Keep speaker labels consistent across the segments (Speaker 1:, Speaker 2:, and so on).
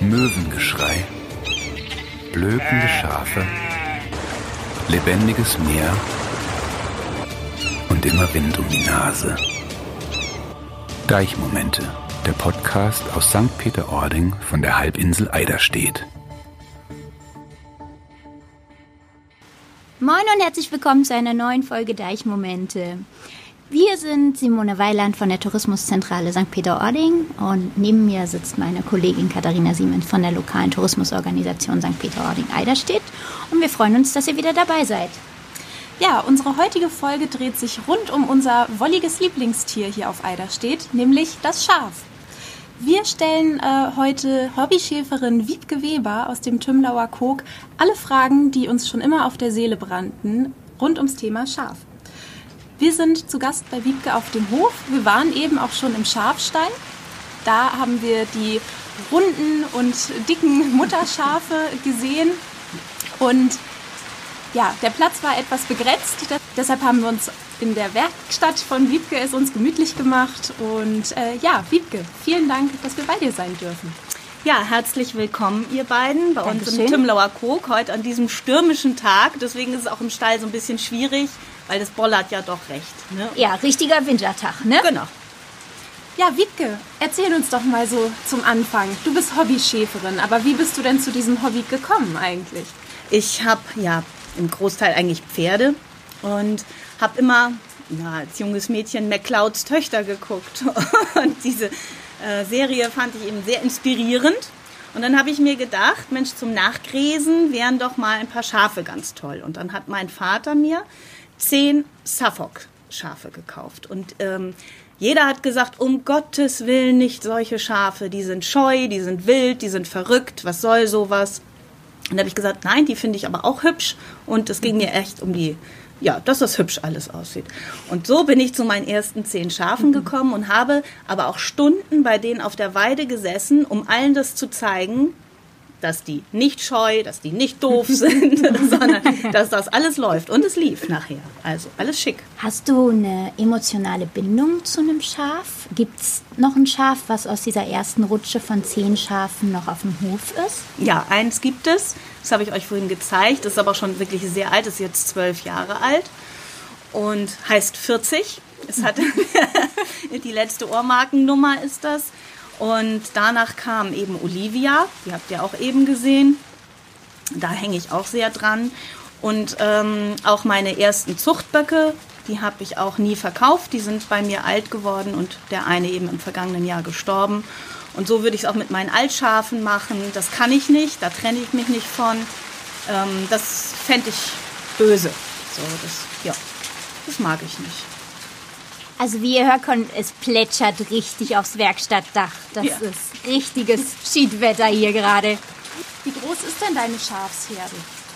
Speaker 1: Möwengeschrei, blökende Schafe, lebendiges Meer und immer Wind um die Nase. Deichmomente, der Podcast aus St. Peter-Ording von der Halbinsel Eiderstedt.
Speaker 2: Moin und herzlich willkommen zu einer neuen Folge Deichmomente. Wir sind Simone Weiland von der Tourismuszentrale St. Peter-Ording und neben mir sitzt meine Kollegin Katharina Siemens von der lokalen Tourismusorganisation St. Peter-Ording Eiderstedt und wir freuen uns, dass ihr wieder dabei seid.
Speaker 3: Ja, unsere heutige Folge dreht sich rund um unser wolliges Lieblingstier hier auf Eiderstedt, nämlich das Schaf. Wir stellen heute Hobbyschäferin Wiebke Weber aus dem Tümlauer Kog alle Fragen, die uns schon immer auf der Seele brannten, rund ums Thema Schaf. Wir sind zu Gast bei Wiebke auf dem Hof. Wir waren eben auch schon im Schafstall. Da haben wir die runden und dicken Mutterschafe gesehen. Und ja, der Platz war etwas begrenzt. Deshalb haben wir uns in der Werkstatt von Wiebke es uns gemütlich gemacht. Und Wiebke, vielen Dank, dass wir bei dir sein dürfen.
Speaker 4: Ja, herzlich willkommen, ihr beiden, bei uns im Tümlauer Kog, heute an diesem stürmischen Tag. Deswegen ist es auch im Stall so ein bisschen schwierig, weil das bollert ja doch recht. Ne?
Speaker 2: Ja, richtiger Wintertag, ne?
Speaker 4: Genau.
Speaker 3: Ja, Wiebke, erzähl uns doch mal so zum Anfang. Du bist Hobbyschäferin, aber wie bist du denn zu diesem Hobby gekommen eigentlich?
Speaker 4: Ich habe ja im Großteil eigentlich Pferde und habe immer als junges Mädchen McClouds Töchter geguckt. Und diese Serie fand ich eben sehr inspirierend. Und dann habe ich mir gedacht, Mensch, zum Nachgräsen wären doch mal ein paar Schafe ganz toll. Und dann hat mein Vater mir 10 Suffolk-Schafe gekauft. Und jeder hat gesagt, um Gottes Willen nicht solche Schafe. Die sind scheu, die sind wild, die sind verrückt. Was soll sowas? Und da habe ich gesagt, nein, die finde ich aber auch hübsch. Und es ging mir echt um die, dass das hübsch alles aussieht. Und so bin ich zu meinen ersten 10 Schafen gekommen und habe aber auch Stunden bei denen auf der Weide gesessen, um allen das zu zeigen, dass die nicht scheu, dass die nicht doof sind, sondern dass das alles läuft. Und es lief nachher. Also alles schick.
Speaker 2: Hast du eine emotionale Bindung zu einem Schaf? Gibt es noch ein Schaf, was aus dieser ersten Rutsche von 10 Schafen noch auf dem Hof ist?
Speaker 4: Ja, eins gibt es. Das habe ich euch vorhin gezeigt. Das ist aber schon wirklich sehr alt. Das ist jetzt 12 Jahre alt und heißt 40. Es hat die letzte Ohrmarkennummer ist das. Und danach kam eben Olivia, die habt ihr auch eben gesehen. Da hänge ich auch sehr dran. Und auch meine ersten Zuchtböcke, die habe ich auch nie verkauft. Die sind bei mir alt geworden und der eine eben im vergangenen Jahr gestorben. Und so würde ich es auch mit meinen Altschafen machen. Das kann ich nicht, da trenne ich mich nicht von. Das fände ich böse. So, das mag ich nicht.
Speaker 2: Also wie ihr hört, es plätschert richtig aufs Werkstattdach. Das ist richtiges Schiedwetter hier gerade.
Speaker 3: Wie groß ist denn deine Schafsherde?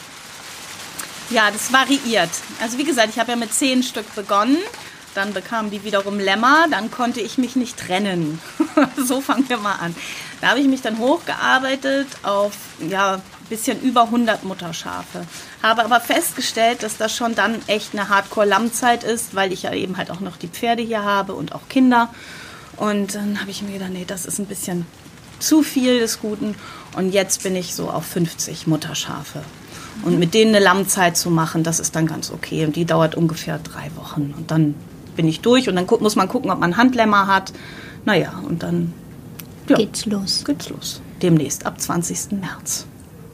Speaker 4: Ja, das variiert. Also wie gesagt, ich habe ja mit 10 Stück begonnen. Dann bekamen die wiederum Lämmer. Dann konnte ich mich nicht trennen. So fangen wir mal an. Da habe ich mich dann hochgearbeitet auf bisschen über 100 Mutterschafe. Habe aber festgestellt, dass das schon dann echt eine Hardcore-Lammzeit ist, weil ich ja eben halt auch noch die Pferde hier habe und auch Kinder. Und dann habe ich mir gedacht, nee, das ist ein bisschen zu viel des Guten. Und jetzt bin ich so auf 50 Mutterschafe. Und mit denen eine Lammzeit zu machen, das ist dann ganz okay. Und die dauert ungefähr 3 Wochen. Und dann bin ich durch und dann muss man gucken, ob man Handlämmer hat. Naja, und dann
Speaker 2: geht's los.
Speaker 4: Demnächst, ab 20. März.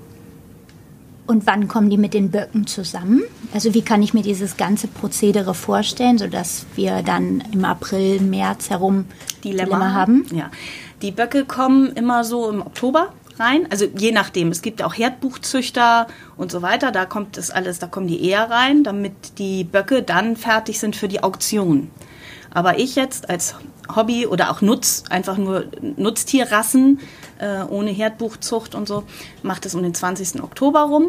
Speaker 2: Und wann kommen die mit den Böcken zusammen? Also wie kann ich mir dieses ganze Prozedere vorstellen, sodass wir dann im April, März herum die Lämmer haben?
Speaker 4: Ja, die Böcke kommen immer so im Oktober rein. Also je nachdem. Es gibt ja auch Herdbuchzüchter und so weiter. Da kommt das alles, da kommen die eher rein, damit die Böcke dann fertig sind für die Auktion. Aber ich jetzt als Hobby oder auch einfach nur Nutztierrassen ohne Herdbuchzucht und so, mache das um den 20. Oktober rum.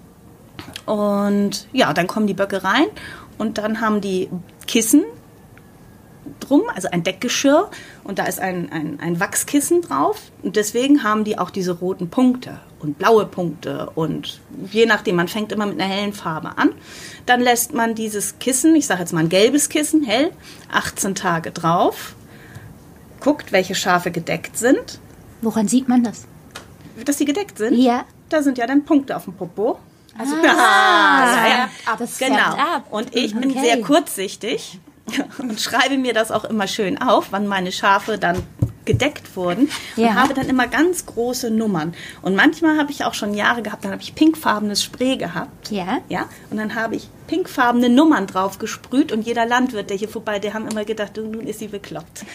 Speaker 4: Und ja, dann kommen die Böcke rein und dann haben die Kissen drum, also ein Deckgeschirr und da ist ein Wachskissen drauf und deswegen haben die auch diese roten Punkte und blaue Punkte und je nachdem, man fängt immer mit einer hellen Farbe an. Dann lässt man dieses Kissen, ich sage jetzt mal ein gelbes Kissen, hell, 18 Tage drauf, guckt, welche Schafe gedeckt sind.
Speaker 2: Woran sieht man das?
Speaker 4: dass sie gedeckt sind?
Speaker 2: Ja.
Speaker 4: Da sind ja dann Punkte auf dem Popo.
Speaker 3: Also
Speaker 2: das
Speaker 4: genau.
Speaker 2: färbt ab.
Speaker 4: Und ich bin sehr kurzsichtig und schreibe mir das auch immer schön auf, wann meine Schafe dann gedeckt wurden und habe dann immer ganz große Nummern. Und manchmal habe ich auch schon Jahre gehabt, dann habe ich pinkfarbenes Spray gehabt.
Speaker 2: Ja.
Speaker 4: Ja. Und dann habe ich pinkfarbene Nummern drauf gesprüht und jeder Landwirt, der hier vorbei, der haben immer gedacht, nun ist sie bekloppt.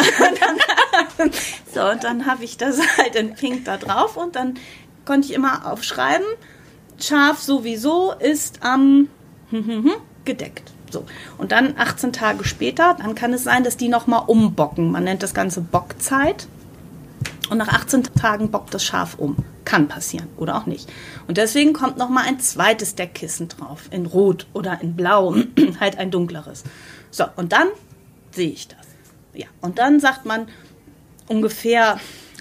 Speaker 4: Und dann habe ich das halt in pink da drauf und dann konnte ich immer aufschreiben, Schaf sowieso ist am gedeckt. So. Und dann 18 Tage später, dann kann es sein, dass die nochmal umbocken. Man nennt das Ganze Bockzeit. Und nach 18 Tagen bockt das Schaf um. Kann passieren oder auch nicht. Und deswegen kommt nochmal ein zweites Deckkissen drauf. In Rot oder in Blau. Halt ein dunkleres. So, und dann sehe ich das. Ja, und dann sagt man, ungefähr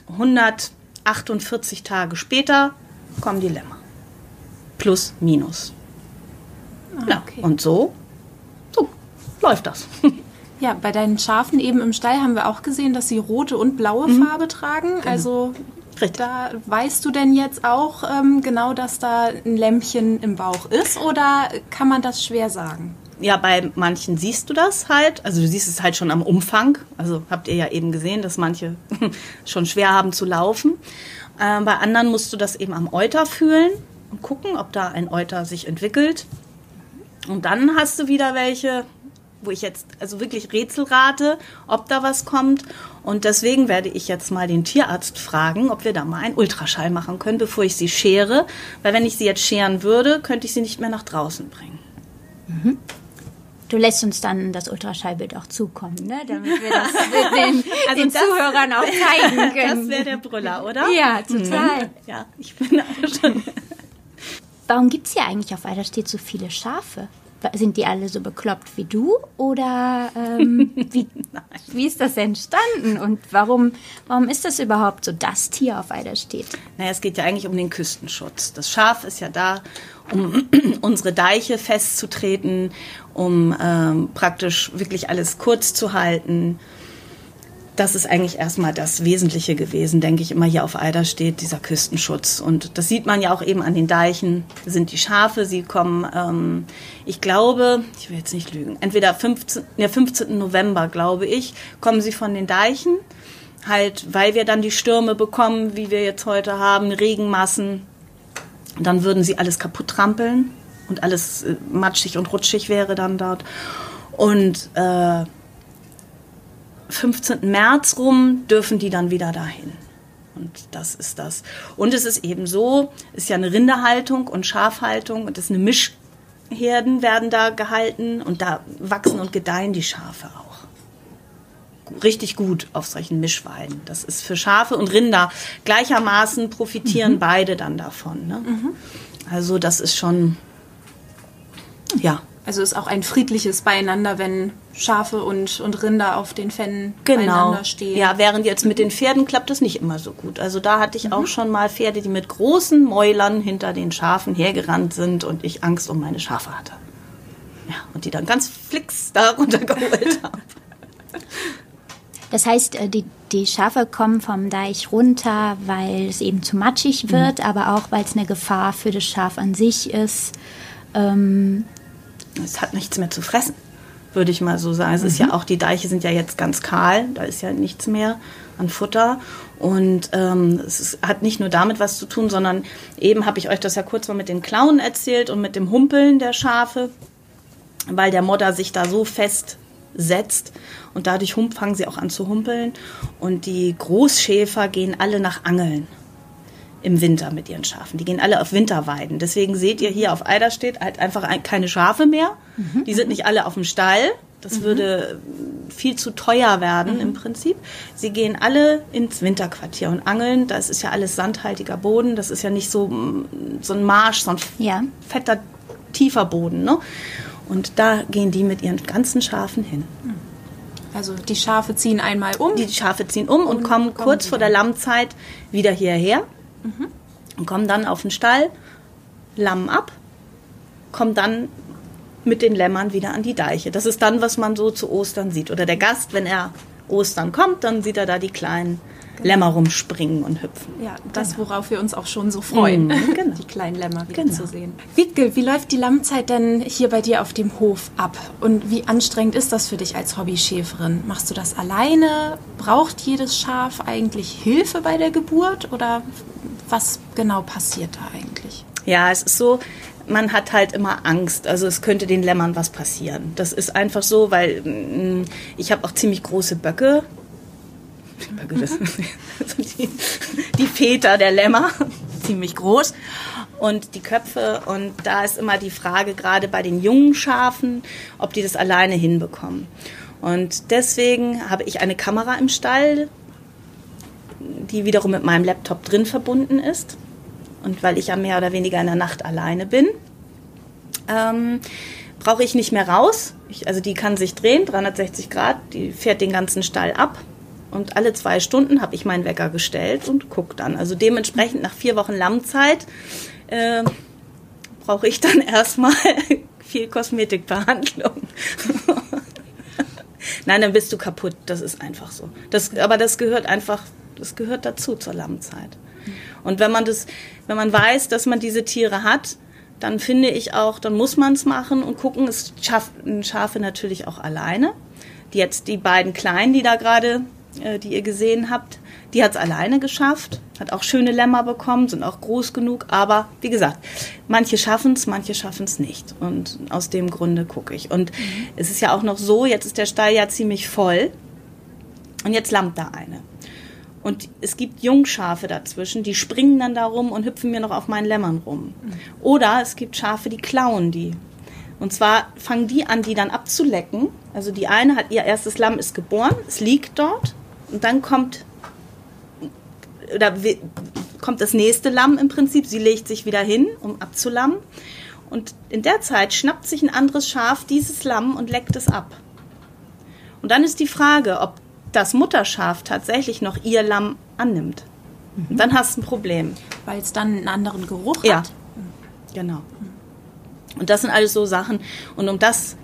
Speaker 4: 148 Tage später kommen die Lämmer. Plus, minus. Ja, okay. Und so läuft das.
Speaker 3: Ja, bei deinen Schafen eben im Stall haben wir auch gesehen, dass sie rote und blaue Farbe tragen. Genau. Also da weißt du denn jetzt auch genau, dass da ein Lämmchen im Bauch ist oder kann man das schwer sagen?
Speaker 4: Ja, bei manchen siehst du das halt. Also du siehst es halt schon am Umfang. Also habt ihr ja eben gesehen, dass manche schon schwer haben zu laufen. Bei anderen musst du das eben am Euter fühlen und gucken, ob da ein Euter sich entwickelt. Und dann hast du wieder welche, wo ich jetzt also wirklich Rätsel rate, ob da was kommt. Und deswegen werde ich jetzt mal den Tierarzt fragen, ob wir da mal einen Ultraschall machen können, bevor ich sie schere. Weil wenn ich sie jetzt scheren würde, könnte ich sie nicht mehr nach draußen bringen.
Speaker 2: Mhm. Du lässt uns dann das Ultraschallbild auch zukommen, ne? Damit wir das den Zuhörern auch zeigen können.
Speaker 4: Das wäre der Brüller, oder?
Speaker 2: Ja, total.
Speaker 4: Ja, ich bin auch schon...
Speaker 2: Warum gibt es hier eigentlich auf Eiderstedt so viele Schafe? Sind die alle so bekloppt wie du? Oder wie ist das entstanden? Und warum ist das überhaupt so das Tier auf Eiderstedt?
Speaker 4: Naja, es geht ja eigentlich um den Küstenschutz. Das Schaf ist ja da, um unsere Deiche festzutreten, um praktisch wirklich alles kurz zu halten. Das ist eigentlich erstmal das Wesentliche gewesen, denke ich, immer hier auf Eiderstedt, dieser Küstenschutz. Und das sieht man ja auch eben an den Deichen. Das sind die Schafe, sie kommen, ich glaube, ich will jetzt nicht lügen, entweder 15. November, glaube ich, kommen sie von den Deichen. Halt, weil wir dann die Stürme bekommen, wie wir jetzt heute haben, Regenmassen. Dann würden sie alles kaputt trampeln und alles matschig und rutschig wäre dann dort. Und 15. März rum dürfen die dann wieder dahin. Und das ist das. Und es ist eben so, ist ja eine Rinderhaltung und Schafhaltung und es ist eine Mischherden werden da gehalten und da wachsen und gedeihen die Schafe auch. Richtig gut auf solchen Mischweiden. Das ist für Schafe und Rinder gleichermaßen profitieren beide dann davon. Ne? Also das ist schon, ja.
Speaker 3: Also ist auch ein friedliches Beieinander, wenn Schafe und Rinder auf den Fennen beieinander stehen.
Speaker 4: Ja, während jetzt mit den Pferden klappt das nicht immer so gut. Also da hatte ich auch schon mal Pferde, die mit großen Mäulern hinter den Schafen hergerannt sind und ich Angst um meine Schafe hatte. Ja, und die dann ganz fix da runtergeholt haben.
Speaker 2: Das heißt, die Schafe kommen vom Deich runter, weil es eben zu matschig wird, aber auch, weil es eine Gefahr für das Schaf an sich ist.
Speaker 4: Es hat nichts mehr zu fressen, würde ich mal so sagen. Es ist ja auch, die Deiche sind ja jetzt ganz kahl, da ist ja nichts mehr an Futter. Und hat nicht nur damit was zu tun, sondern eben habe ich euch das ja kurz mal mit den Klauen erzählt und mit dem Humpeln der Schafe, weil der Modder sich da so festsetzt und dadurch fangen sie auch an zu humpeln. Und die Großschäfer gehen alle nach Angeln im Winter mit ihren Schafen. Die gehen alle auf Winterweiden. Deswegen seht ihr hier auf Eiderstedt halt einfach keine Schafe mehr. Die sind nicht alle auf dem Stall. Das würde viel zu teuer werden im Prinzip. Sie gehen alle ins Winterquartier und angeln. Das ist ja alles sandhaltiger Boden. Das ist ja nicht so ein Marsch, so ein fetter, tiefer Boden. Ne? Und da gehen die mit ihren ganzen Schafen hin.
Speaker 3: Also die Schafe ziehen einmal um?
Speaker 4: Die Schafe ziehen um und kommen kurz vor der Lammzeit wieder hierher. Und kommen dann auf den Stall, lammen ab, kommen dann mit den Lämmern wieder an die Deiche. Das ist dann, was man so zu Ostern sieht. Oder der Gast, wenn er Ostern kommt, dann sieht er da die kleinen Lämmer rumspringen und hüpfen.
Speaker 3: Ja, das, worauf wir uns auch schon so freuen,
Speaker 4: genau.
Speaker 3: Die kleinen Lämmer wieder zu sehen. Wiebke, wie läuft die Lammzeit denn hier bei dir auf dem Hof ab? Und wie anstrengend ist das für dich als Hobbyschäferin? Machst du das alleine? Braucht jedes Schaf eigentlich Hilfe bei der Geburt? Oder was genau passiert da eigentlich?
Speaker 4: Ja, es ist so, man hat halt immer Angst. Also es könnte den Lämmern was passieren. Das ist einfach so, weil ich habe auch ziemlich große Böcke. Die Väter der Lämmer, ziemlich groß. Und die Köpfe. Und da ist immer die Frage, gerade bei den jungen Schafen, ob die das alleine hinbekommen. Und deswegen habe ich eine Kamera im Stall, die wiederum mit meinem Laptop drin verbunden ist. Und weil ich ja mehr oder weniger in der Nacht alleine bin, brauche ich nicht mehr raus. Also die kann sich drehen, 360 Grad, die fährt den ganzen Stall ab. Und alle 2 Stunden habe ich meinen Wecker gestellt und gucke dann. Also dementsprechend nach 4 Wochen Lammzeit brauche ich dann erstmal viel Kosmetikbehandlung. Nein, dann bist du kaputt. Das ist einfach so. Aber das gehört dazu zur Lammzeit. Und wenn man weiß, dass man diese Tiere hat, dann finde ich auch, dann muss man es machen und gucken. Es schaffen Schafe natürlich auch alleine. Die beiden Kleinen, die da gerade, die ihr gesehen habt, die hat es alleine geschafft, hat auch schöne Lämmer bekommen, sind auch groß genug. Aber wie gesagt, manche schaffen es nicht. Und aus dem Grunde gucke ich. Und es ist ja auch noch so, jetzt ist der Stall ja ziemlich voll und jetzt lammt da eine. Und es gibt Jungschafe dazwischen, die springen dann da rum und hüpfen mir noch auf meinen Lämmern rum. Oder es gibt Schafe, die klauen die. Und zwar fangen die an, die dann abzulecken. Also die eine hat ihr erstes Lamm, ist geboren, es liegt dort. Und dann kommt das nächste Lamm im Prinzip. Sie legt sich wieder hin, um abzulammen. Und in der Zeit schnappt sich ein anderes Schaf dieses Lamm und leckt es ab. Und dann ist die Frage, ob das Mutterschaf tatsächlich noch ihr Lamm annimmt. Und dann hast du ein Problem.
Speaker 3: Weil es dann einen anderen Geruch hat?
Speaker 4: Ja, genau. Und das sind alles so Sachen. Und um das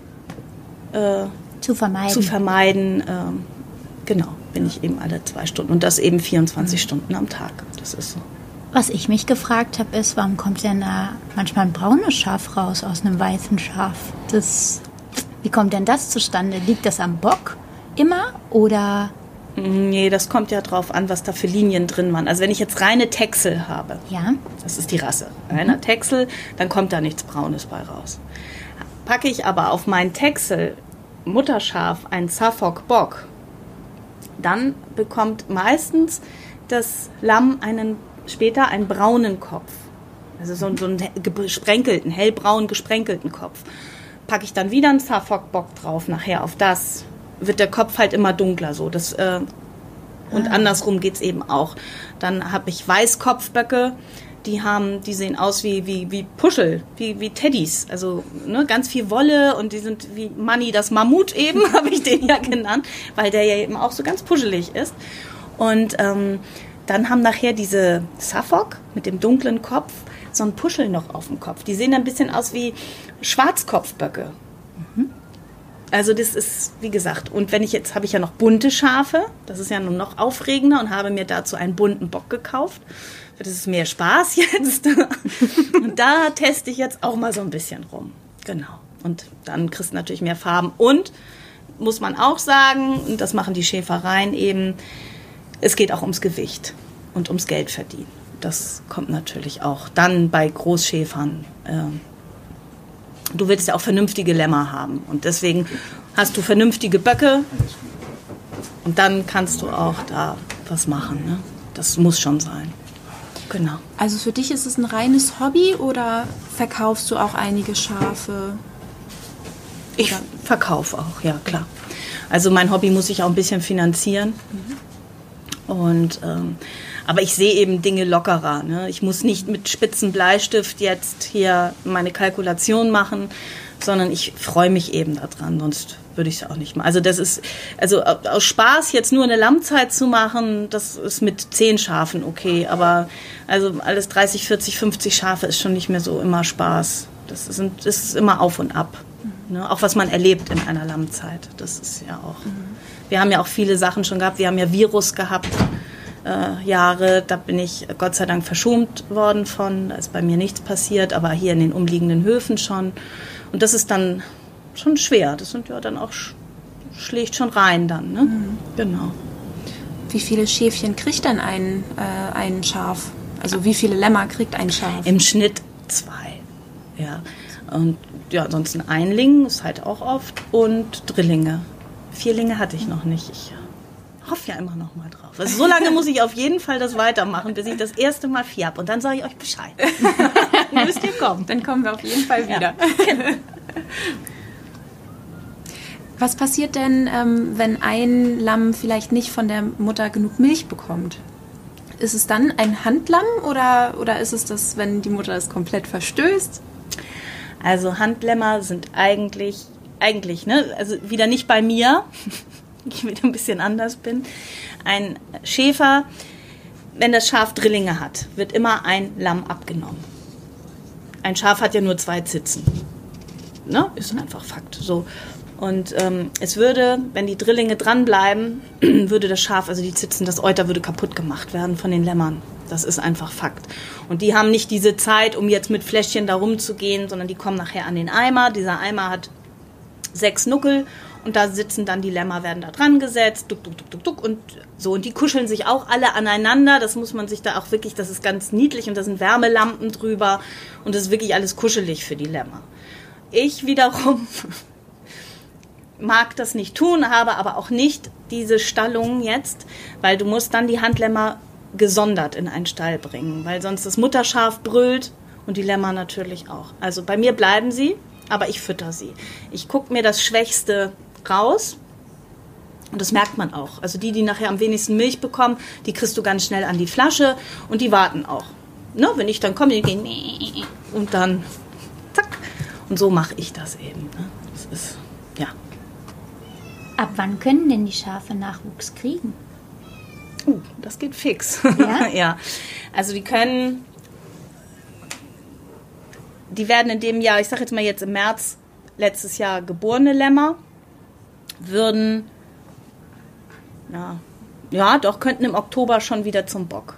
Speaker 2: zu vermeiden,
Speaker 4: genau, bin ich eben alle 2 Stunden. Und das eben 24 Stunden am Tag. Das ist so.
Speaker 2: Was ich mich gefragt habe, ist, warum kommt denn da manchmal ein braunes Schaf raus aus einem weißen Schaf? Wie kommt denn das zustande? Liegt das am Bock immer oder?
Speaker 4: Nee, das kommt ja drauf an, was da für Linien drin waren. Also wenn ich jetzt reine Texel habe,
Speaker 2: ja,
Speaker 4: das ist die Rasse, reiner Texel, dann kommt da nichts Braunes bei raus. Packe ich aber auf meinen Texel Mutterschaf einen Suffolk Bock, dann bekommt meistens das Lamm später einen braunen Kopf. Also so einen gesprenkelten, hellbraun gesprenkelten Kopf. Packe ich dann wieder einen Suffolk Bock drauf, nachher auf das, wird der Kopf halt immer dunkler so. Und andersrum geht's eben auch. Dann habe ich Weißkopfböcke, die sehen aus wie Puschel, wie Teddys. Also ganz viel Wolle und die sind wie Manni, das Mammut eben, habe ich den ja genannt, weil der ja eben auch so ganz puschelig ist. Und dann haben nachher diese Suffolk mit dem dunklen Kopf so ein Puschel noch auf dem Kopf. Die sehen ein bisschen aus wie Schwarzkopfböcke. Also das ist, wie gesagt, und habe ich ja noch bunte Schafe, das ist ja nur noch aufregender und habe mir dazu einen bunten Bock gekauft. Das ist mehr Spaß jetzt. Und da teste ich jetzt auch mal so ein bisschen rum. Genau. Und dann kriegst du natürlich mehr Farben. Und muss man auch sagen, und das machen die Schäfereien eben, es geht auch ums Gewicht und ums Geld verdienen. Das kommt natürlich auch dann bei Großschäfern. Du willst ja auch vernünftige Lämmer haben. Und deswegen hast du vernünftige Böcke. Und dann kannst du auch da was machen. Ne? Das muss schon sein. Genau.
Speaker 3: Also für dich ist es ein reines Hobby oder verkaufst du auch einige Schafe?
Speaker 4: Ich verkaufe auch, ja klar. Also mein Hobby muss ich auch ein bisschen finanzieren. Und aber ich sehe eben Dinge lockerer. Ne? Ich muss nicht mit spitzen Bleistift jetzt hier meine Kalkulation machen, sondern ich freue mich eben daran, sonst würde ich es auch nicht machen. Also aus Spaß jetzt nur eine Lammzeit zu machen, das ist mit 10 Schafen okay, aber also alles 30, 40, 50 Schafe ist schon nicht mehr so immer Spaß. Das ist immer auf und ab. Ne? Auch was man erlebt in einer Lammzeit, das ist ja auch. Wir haben ja auch viele Sachen schon gehabt, wir haben ja Virus gehabt. Jahre. Da bin ich Gott sei Dank verschont worden von. Da ist bei mir nichts passiert, aber hier in den umliegenden Höfen schon. Und das ist dann schon schwer. Das sind ja dann auch, schlägt schon rein dann. Ne? Genau.
Speaker 3: Wie viele Schäfchen kriegt dann ein Schaf? Also wie viele Lämmer kriegt ein Schaf?
Speaker 4: Im Schnitt 2. Ja. Und ja, sonst ein Einling ist halt auch oft. Und Drillinge. 4 hatte ich noch nicht. Ich hoffe ja immer noch mal drauf. Also so lange muss ich auf jeden Fall das weitermachen, bis ich das erste Mal 4 habe. Und dann sage ich euch Bescheid. Dann müsst ihr kommen.
Speaker 3: Dann kommen wir auf jeden Fall wieder. Ja. Was passiert denn, wenn ein Lamm vielleicht nicht von der Mutter genug Milch bekommt? Ist es dann ein Handlamm oder ist es das, wenn die Mutter es komplett verstößt?
Speaker 4: Also Handlämmer sind eigentlich, ne, also wieder nicht bei mir, ich wieder ein bisschen anders bin. Ein Schäfer, wenn das Schaf Drillinge hat, wird immer ein Lamm abgenommen. Ein Schaf hat ja nur 2 Zitzen. Ne? Ist einfach Fakt. So. Und es würde, wenn die Drillinge dranbleiben, würde das Schaf, also die Zitzen, das Euter würde kaputt gemacht werden von den Lämmern. Das ist einfach Fakt. Und die haben nicht diese Zeit, um jetzt mit Fläschchen da rumzugehen, sondern die kommen nachher an den Eimer. Dieser Eimer hat 6 Nuckel und da sitzen dann die Lämmer, werden da dran gesetzt, duck, duck, duck, duck, duck und so. Und die kuscheln sich auch alle aneinander. Das muss man sich da auch wirklich, das ist ganz niedlich und da sind Wärmelampen drüber und das ist wirklich alles kuschelig für die Lämmer. Ich wiederum mag das nicht tun, habe aber auch nicht diese Stallung jetzt, weil du musst dann die Handlämmer gesondert in einen Stall bringen, weil sonst das Mutterschaf brüllt und die Lämmer natürlich auch. Also bei mir bleiben sie, aber ich fütter sie. Ich gucke mir das Schwächste raus und das merkt man auch. Also die nachher am wenigsten Milch bekommen, die kriegst du ganz schnell an die Flasche und die warten auch. Ne? Wenn ich dann komme, die gehen und dann zack. Und so mache ich das eben. Ne? Das ist, ja.
Speaker 2: Ab wann können denn die Schafe Nachwuchs kriegen?
Speaker 4: Das geht fix.
Speaker 2: Ja?
Speaker 4: Ja. Also die werden in dem Jahr, ich sage jetzt mal jetzt im März letztes Jahr geborene Lämmer, würden, könnten im Oktober schon wieder zum Bock.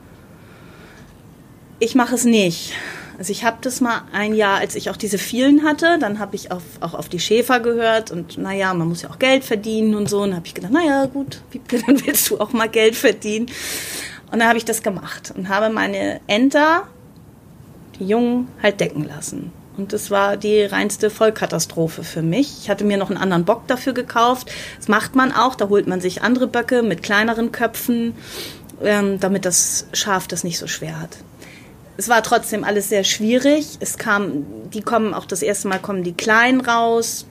Speaker 4: Ich mache es nicht. Also ich habe das mal ein Jahr, als ich auch diese vielen hatte, dann habe ich auch auf die Schäfer gehört und naja, man muss ja auch Geld verdienen und so. Und dann habe ich gedacht, naja gut, Wiebke, dann willst du auch mal Geld verdienen. Und dann habe ich das gemacht und habe meine Enter, die Jungen, halt decken lassen. Und das war die reinste Vollkatastrophe für mich. Ich hatte mir noch einen anderen Bock dafür gekauft. Das macht man auch, da holt man sich andere Böcke mit kleineren Köpfen, damit das Schaf das nicht so schwer hat. Es war trotzdem alles sehr schwierig. Das erste Mal kommen die Kleinen raus.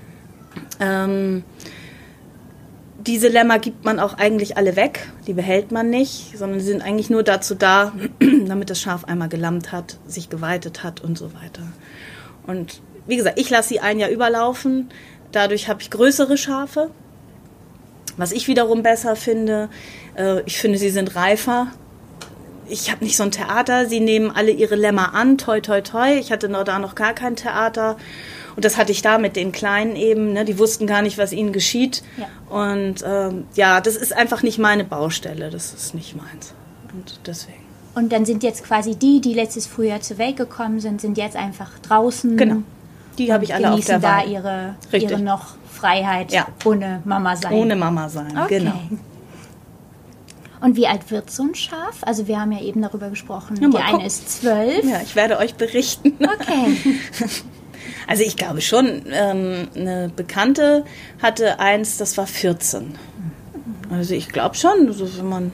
Speaker 4: Diese Lämmer gibt man auch eigentlich alle weg. Die behält man nicht, sondern sie sind eigentlich nur dazu da, damit das Schaf einmal gelammt hat, sich geweitet hat und so weiter. Und wie gesagt, ich lasse sie ein Jahr überlaufen. Dadurch habe ich größere Schafe. Was ich wiederum besser finde, ich finde, sie sind reifer. Ich habe nicht so ein Theater, sie nehmen alle ihre Lämmer an, toi, toi, toi. Ich hatte da noch gar kein Theater. Und das hatte ich da mit den Kleinen eben, ne? Die wussten gar nicht, was ihnen geschieht. Ja. Und das ist einfach nicht meine Baustelle, das ist nicht meins. Und deswegen.
Speaker 2: Und dann sind jetzt quasi die letztes Frühjahr zur Welt gekommen sind jetzt einfach draußen.
Speaker 4: Genau, die habe ich alle auf der Weide.
Speaker 2: Genießen da ihre noch Freiheit, ohne Mama sein.
Speaker 4: Ohne Mama sein, okay. Genau.
Speaker 2: Und wie alt wird so ein Schaf? Also wir haben ja eben darüber gesprochen, die eine ist 12.
Speaker 4: Ja, ich werde euch berichten.
Speaker 2: Okay.
Speaker 4: Also ich glaube schon, eine Bekannte hatte eins, das war 14. Also ich glaube schon, also wenn man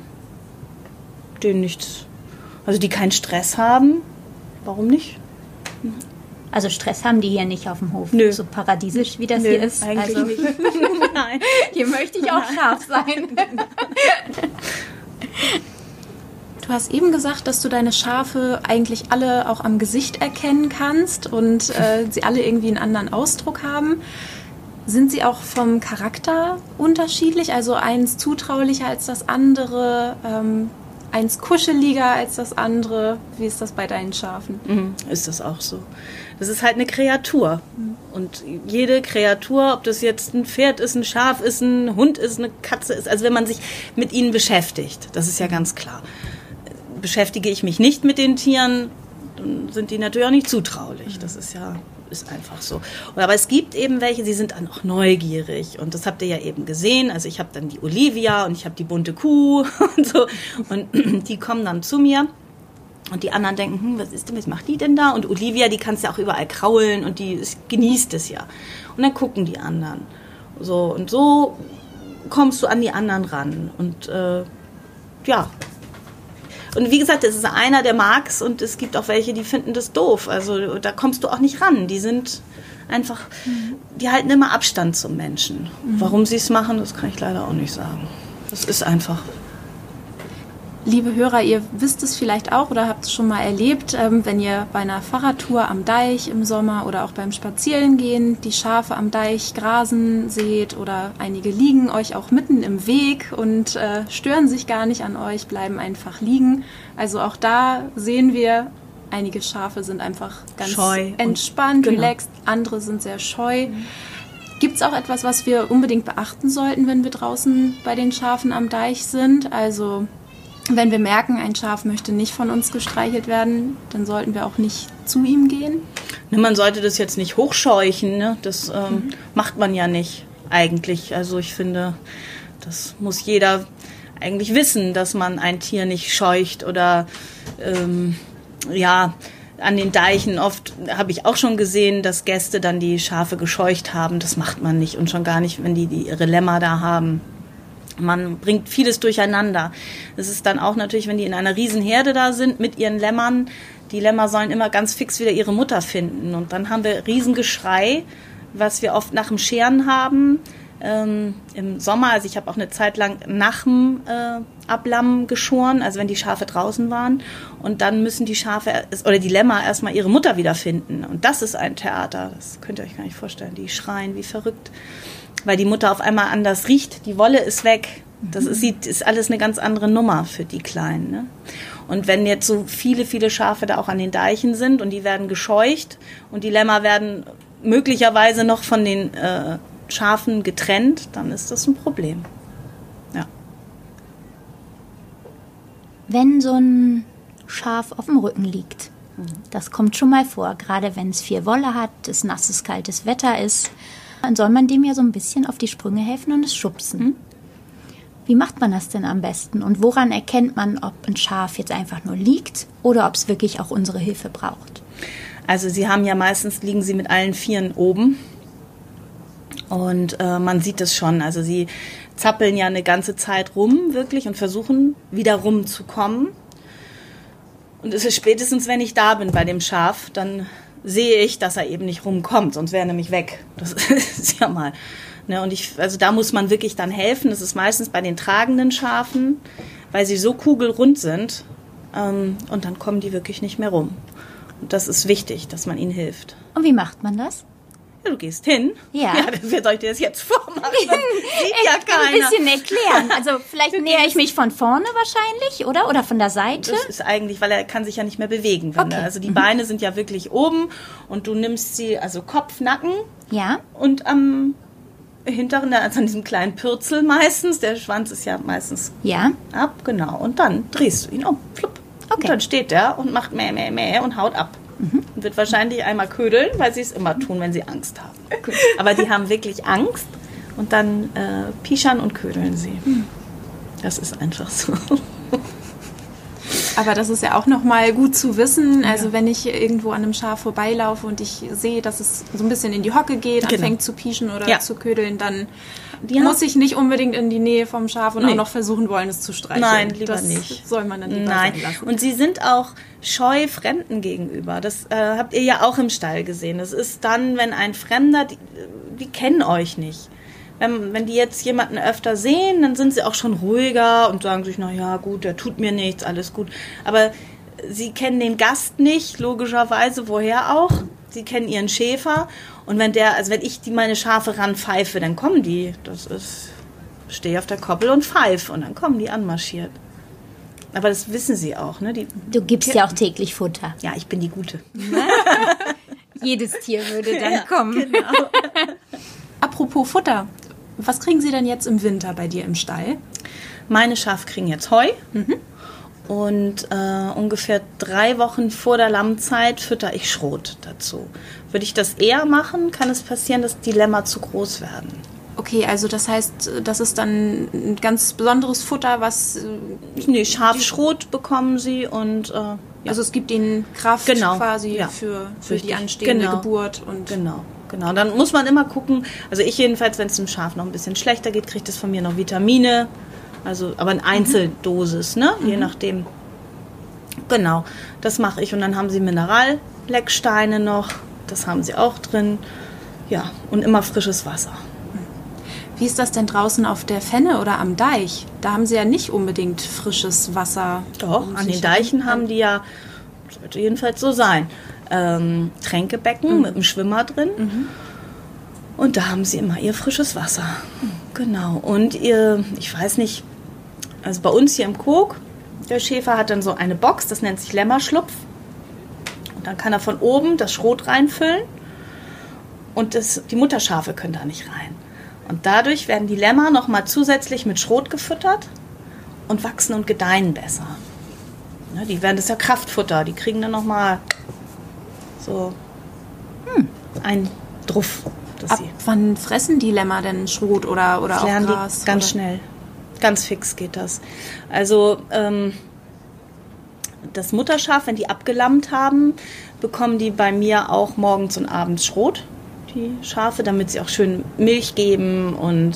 Speaker 4: die keinen Stress haben, warum nicht?
Speaker 2: Also Stress haben die hier nicht auf dem Hof,
Speaker 4: Nö.
Speaker 2: So paradiesisch wie das hier ist.
Speaker 4: Eigentlich
Speaker 2: also,
Speaker 4: nicht. Nein.
Speaker 2: Hier möchte ich auch scharf sein.
Speaker 3: Du hast eben gesagt, dass du deine Schafe eigentlich alle auch am Gesicht erkennen kannst und sie alle irgendwie einen anderen Ausdruck haben. Sind sie auch vom Charakter unterschiedlich? Also eins zutraulicher als das andere? eins kuscheliger als das andere? Wie ist das bei deinen Schafen?
Speaker 4: Ist das auch so. Das ist halt eine Kreatur. Und jede Kreatur, ob das jetzt ein Pferd ist, ein Schaf ist, ein Hund ist, eine Katze ist, also wenn man sich mit ihnen beschäftigt, das ist ja ganz klar. Beschäftige ich mich nicht mit den Tieren, dann sind die natürlich auch nicht zutraulich. Das ist einfach so. Aber es gibt eben welche, die sind dann auch neugierig. Und das habt ihr ja eben gesehen. Also ich habe dann die Olivia und ich habe die bunte Kuh und so. Und die kommen dann zu mir. Und die anderen denken, was macht die denn da? Und Olivia, die kannst ja auch überall kraulen und die genießt es ja. Und dann gucken die anderen. Und so kommst du an die anderen ran. Und ja. Und wie gesagt, es ist einer, der mag's, und es gibt auch welche, die finden das doof. Also da kommst du auch nicht ran. Die sind einfach, die halten immer Abstand zum Menschen. Warum sie es machen, das kann ich leider auch nicht sagen. Das ist einfach.
Speaker 3: Liebe Hörer, ihr wisst es vielleicht auch oder habt es schon mal erlebt, wenn ihr bei einer Fahrradtour am Deich im Sommer oder auch beim Spazierengehen die Schafe am Deich grasen seht, oder einige liegen euch auch mitten im Weg und stören sich gar nicht an euch, bleiben einfach liegen. Also auch da sehen wir, einige Schafe sind einfach ganz scheu, entspannt, relaxed, andere sind sehr scheu. Gibt es auch etwas, was wir unbedingt beachten sollten, wenn wir draußen bei den Schafen am Deich sind? Also wenn wir merken, ein Schaf möchte nicht von uns gestreichelt werden, dann sollten wir auch nicht zu ihm gehen.
Speaker 4: Man sollte das jetzt nicht hochscheuchen, ne? Das macht man ja nicht eigentlich. Also ich finde, das muss jeder eigentlich wissen, dass man ein Tier nicht scheucht oder an den Deichen. Oft habe ich auch schon gesehen, dass Gäste dann die Schafe gescheucht haben. Das macht man nicht, und schon gar nicht, wenn die ihre Lämmer da haben. Man bringt vieles durcheinander. Das ist dann auch natürlich, wenn die in einer Riesenherde da sind mit ihren Lämmern. Die Lämmer sollen immer ganz fix wieder ihre Mutter finden. Und dann haben wir Riesengeschrei, was wir oft nach dem Scheren haben. Im Sommer, also ich habe auch eine Zeit lang nach dem Ablammen geschoren, also wenn die Schafe draußen waren. Und dann müssen die Schafe oder die Lämmer erstmal ihre Mutter wiederfinden. Und das ist ein Theater, das könnt ihr euch gar nicht vorstellen. Die schreien wie verrückt, weil die Mutter auf einmal anders riecht. Die Wolle ist weg. Das ist alles eine ganz andere Nummer für die Kleinen. Ne? Und wenn jetzt so viele, viele Schafe da auch an den Deichen sind und die werden gescheucht und die Lämmer werden möglicherweise noch von den Schafen getrennt, dann ist das ein Problem. Ja.
Speaker 2: Wenn so ein Schaf auf dem Rücken liegt, das kommt schon mal vor, gerade wenn es viel Wolle hat, es nasses, kaltes Wetter ist, dann soll man dem ja so ein bisschen auf die Sprünge helfen und es schubsen. Wie macht man das denn am besten? Und woran erkennt man, ob ein Schaf jetzt einfach nur liegt oder ob es wirklich auch unsere Hilfe braucht?
Speaker 4: Also sie haben ja meistens, liegen sie mit allen Vieren oben. Und man sieht es schon. Also sie zappeln ja eine ganze Zeit rum, wirklich, und versuchen wieder rumzukommen. Und es ist spätestens, wenn ich da bin bei dem Schaf, dann sehe ich, dass er eben nicht rumkommt, sonst wäre er nämlich weg. Das ist ja mal. Ne, und also da muss man wirklich dann helfen. Das ist meistens bei den tragenden Schafen, weil sie so kugelrund sind. Und dann kommen die wirklich nicht mehr rum. Und das ist wichtig, dass man ihnen hilft.
Speaker 2: Und wie macht man das?
Speaker 4: Ja, du gehst hin.
Speaker 2: Ja.
Speaker 4: Wer soll ich dir das jetzt vormachen? Das sieht ja keiner.
Speaker 2: Ein bisschen erklären. Also vielleicht nähere ich mich von vorne wahrscheinlich, oder? Oder von der Seite?
Speaker 4: Das ist eigentlich, weil er kann sich ja nicht mehr bewegen. Also die Beine sind ja wirklich oben und du nimmst sie, also Kopf, Nacken.
Speaker 2: Ja.
Speaker 4: Und am hinteren, also an diesem kleinen Pürzel meistens, der Schwanz ist ja meistens ab, genau. Und dann drehst du ihn um, flupp. Okay. Und dann steht der und macht mäh, mäh, mäh und haut ab. Und wird wahrscheinlich einmal ködeln, weil sie es immer tun, wenn sie Angst haben. Okay. Aber die haben wirklich Angst und dann pischern und ködeln sie. Das ist einfach so.
Speaker 3: Aber das ist ja auch nochmal gut zu wissen. Also wenn ich irgendwo an einem Schaf vorbeilaufe und ich sehe, dass es so ein bisschen in die Hocke geht, anfängt zu pieschen oder zu ködeln, dann muss ich nicht unbedingt in die Nähe vom Schaf und auch noch versuchen wollen, es zu streicheln.
Speaker 4: Nein, lieber
Speaker 3: das
Speaker 4: nicht.
Speaker 3: Soll man dann lieber sein lassen.
Speaker 4: Und sie sind auch scheu Fremden gegenüber. Das habt ihr ja auch im Stall gesehen. Das ist dann, wenn ein Fremder, die kennen euch nicht. Wenn die jetzt jemanden öfter sehen, dann sind sie auch schon ruhiger und sagen sich, na ja, gut, der tut mir nichts, alles gut. Aber sie kennen den Gast nicht, logischerweise, woher auch. Sie kennen ihren Schäfer. Und wenn ich meine Schafe ranpfeife, dann kommen die. Stehe auf der Koppel und pfeife und dann kommen die anmarschiert. Aber das wissen sie auch. Ne?
Speaker 2: Du gibst ja auch täglich Futter.
Speaker 4: Ja, ich bin die Gute.
Speaker 2: Jedes Tier würde dann kommen.
Speaker 4: Genau.
Speaker 3: Apropos Futter, was kriegen sie denn jetzt im Winter bei dir im Stall?
Speaker 4: Meine Schafe kriegen jetzt Heu. Und ungefähr 3 Wochen vor der Lammzeit fütter ich Schrot dazu. Würde ich das eher machen, kann es passieren, dass die Lämmer zu groß werden.
Speaker 3: Okay, also das heißt, das ist dann ein ganz besonderes Futter, was...
Speaker 4: Nee, Schafschrot bekommen sie und... ja.
Speaker 3: Also es gibt ihnen Kraft quasi für die anstehende Geburt. Und
Speaker 4: Genau. Dann muss man immer gucken, also ich jedenfalls, wenn es dem Schaf noch ein bisschen schlechter geht, kriegt es von mir noch Vitamine, also aber in Einzeldosis, ne? Je nachdem. Genau, das mache ich. Und dann haben sie Minerallecksteine noch, das haben sie auch drin. Ja, und immer frisches Wasser.
Speaker 3: Wie ist das denn draußen auf der Fenne oder am Deich? Da haben sie ja nicht unbedingt frisches Wasser.
Speaker 4: Doch, an den Deichen haben die ja, sollte jedenfalls so sein, Tränkebecken mit einem Schwimmer drin. Und da haben sie immer ihr frisches Wasser. Genau. Und ich weiß nicht, also bei uns hier im Kog, der Schäfer hat dann so eine Box, das nennt sich Lämmerschlupf. Und dann kann er von oben das Schrot reinfüllen und die Mutterschafe können da nicht rein. Und dadurch werden die Lämmer nochmal zusätzlich mit Schrot gefüttert und wachsen und gedeihen besser. Ne, das ist ja Kraftfutter, die kriegen dann nochmal so einen Druff.
Speaker 3: Ab wann fressen die Lämmer denn Schrot oder auch Gras?
Speaker 4: Die ganz schnell. Ganz fix geht das. Also das Mutterschaf, wenn die abgelammt haben, bekommen die bei mir auch morgens und abends Schrot, die Schafe, damit sie auch schön Milch geben und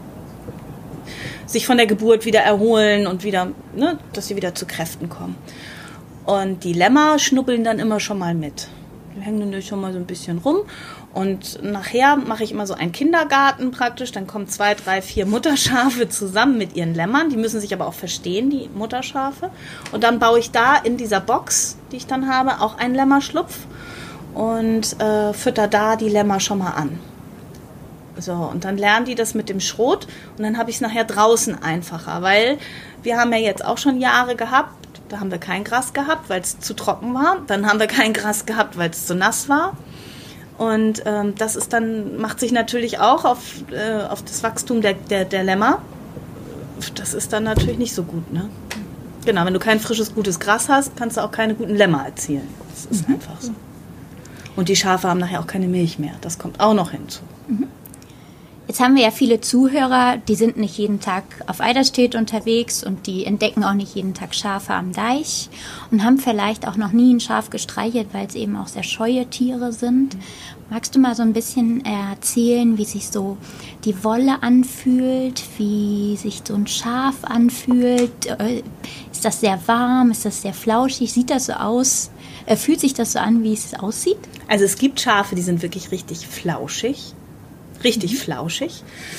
Speaker 4: sich von der Geburt wieder erholen und wieder, ne, dass sie wieder zu Kräften kommen. Und die Lämmer schnuppeln dann immer schon mal mit. Die hängen dann schon mal so ein bisschen rum. Und nachher mache ich immer so einen Kindergarten praktisch. Dann kommen 2, 3, 4 Mutterschafe zusammen mit ihren Lämmern. Die müssen sich aber auch verstehen, die Mutterschafe. Und dann baue ich da in dieser Box, die ich dann habe, auch einen Lämmerschlupf und fütter da die Lämmer schon mal an. So, und dann lernen die das mit dem Schrot und dann habe ich es nachher draußen einfacher, weil wir haben ja jetzt auch schon Jahre gehabt, da haben wir kein Gras gehabt, weil es zu trocken war. Dann haben wir kein Gras gehabt, weil es zu nass war. Und das ist dann, macht sich natürlich auch auf das Wachstum der Lämmer. Das ist dann natürlich nicht so gut, ne? Genau, wenn du kein frisches, gutes Gras hast, kannst du auch keine guten Lämmer erzielen. Das ist einfach so. Und die Schafe haben nachher auch keine Milch mehr. Das kommt auch noch hinzu.
Speaker 2: Jetzt haben wir ja viele Zuhörer, die sind nicht jeden Tag auf Eiderstedt unterwegs und die entdecken auch nicht jeden Tag Schafe am Deich und haben vielleicht auch noch nie ein Schaf gestreichelt, weil es eben auch sehr scheue Tiere sind. Magst du mal so ein bisschen erzählen, wie sich so die Wolle anfühlt, wie sich so ein Schaf anfühlt? Ist das sehr warm? Ist das sehr flauschig? Sieht das so aus? Fühlt sich das so an, wie es aussieht?
Speaker 4: Also es gibt Schafe, die sind wirklich richtig flauschig. Richtig flauschig.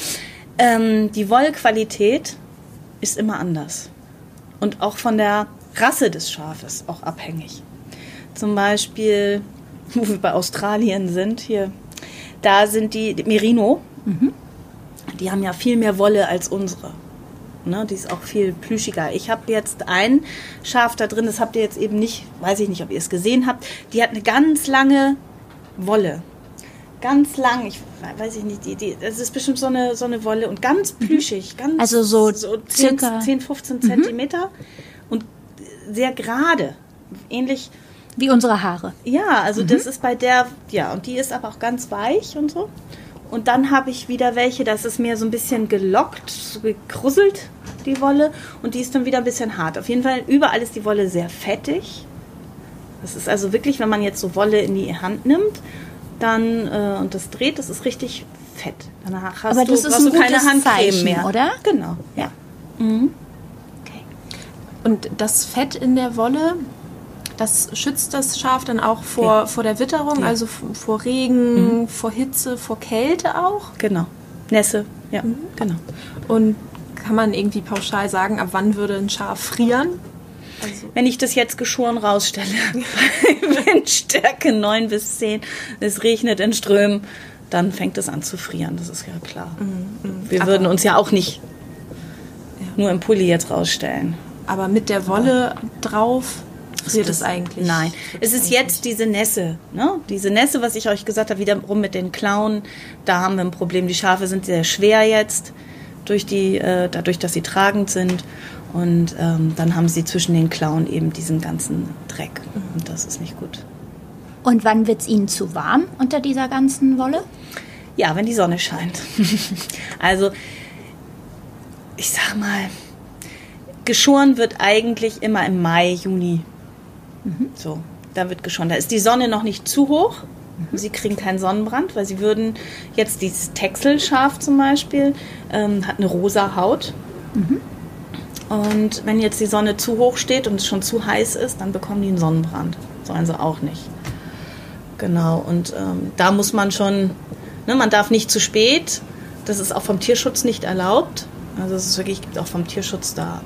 Speaker 4: Die Wollqualität ist immer anders. Und auch von der Rasse des Schafes auch abhängig. Zum Beispiel, wo wir bei Australien sind, hier, da sind die Merino. Die haben ja viel mehr Wolle als unsere. Ne, die ist auch viel plüschiger. Ich habe jetzt ein Schaf da drin, das habt ihr jetzt eben nicht, weiß ich nicht, ob ihr es gesehen habt. Die hat eine ganz lange Wolle. Ganz lang, ich weiß nicht, das ist bestimmt so eine Wolle und ganz plüschig, ganz
Speaker 2: also so
Speaker 4: 10, 15 Zentimeter und sehr gerade, ähnlich
Speaker 2: wie unsere Haare.
Speaker 4: Ja, also das ist bei der, ja, und die ist aber auch ganz weich und so. Und dann habe ich wieder welche, das ist mehr so ein bisschen gelockt, so gekrusselt, die Wolle, und die ist dann wieder ein bisschen hart. Auf jeden Fall, überall ist die Wolle sehr fettig. Das ist also wirklich, wenn man jetzt so Wolle in die Hand nimmt, dann und das dreht, das ist richtig fett. Danach hast
Speaker 2: aber das ist ein
Speaker 4: keine
Speaker 2: gutes
Speaker 4: Handcreme
Speaker 2: Zeichen,
Speaker 4: mehr,
Speaker 2: oder?
Speaker 4: Genau, ja.
Speaker 3: Okay. Und das Fett in der Wolle, das schützt das Schaf dann auch vor der Witterung, also vor Regen, vor Hitze, vor Kälte auch?
Speaker 4: Genau, Nässe, ja, genau.
Speaker 3: Und kann man irgendwie pauschal sagen, ab wann würde ein Schaf frieren? Also
Speaker 4: wenn ich das jetzt geschoren rausstelle, bei Windstärke 9 bis 10, es regnet in Strömen, dann fängt es an zu frieren, das ist ja klar. Wir würden uns ja auch nicht nur im Pulli jetzt rausstellen.
Speaker 3: Aber mit der Wolle drauf friert es eigentlich?
Speaker 4: Nein, es ist jetzt diese Nässe. Ne? Diese Nässe, was ich euch gesagt habe, wiederum mit den Klauen, da haben wir ein Problem. Die Schafe sind sehr schwer jetzt, dadurch, dass sie tragend sind. Und dann haben sie zwischen den Klauen eben diesen ganzen Dreck. Und das ist nicht gut.
Speaker 2: Und wann wird es ihnen zu warm unter dieser ganzen Wolle?
Speaker 4: Ja, wenn die Sonne scheint. Also, ich sag mal, geschoren wird eigentlich immer im Mai, Juni. So, da wird geschoren. Da ist die Sonne noch nicht zu hoch. Sie kriegen keinen Sonnenbrand, weil sie würden jetzt dieses Texelschaf zum Beispiel, hat eine rosa Haut. Und wenn jetzt die Sonne zu hoch steht und es schon zu heiß ist, dann bekommen die einen Sonnenbrand. Sollen sie auch nicht. Genau, und da muss man schon, ne, man darf nicht zu spät. Das ist auch vom Tierschutz nicht erlaubt. Also es ist wirklich, gibt auch vom Tierschutz da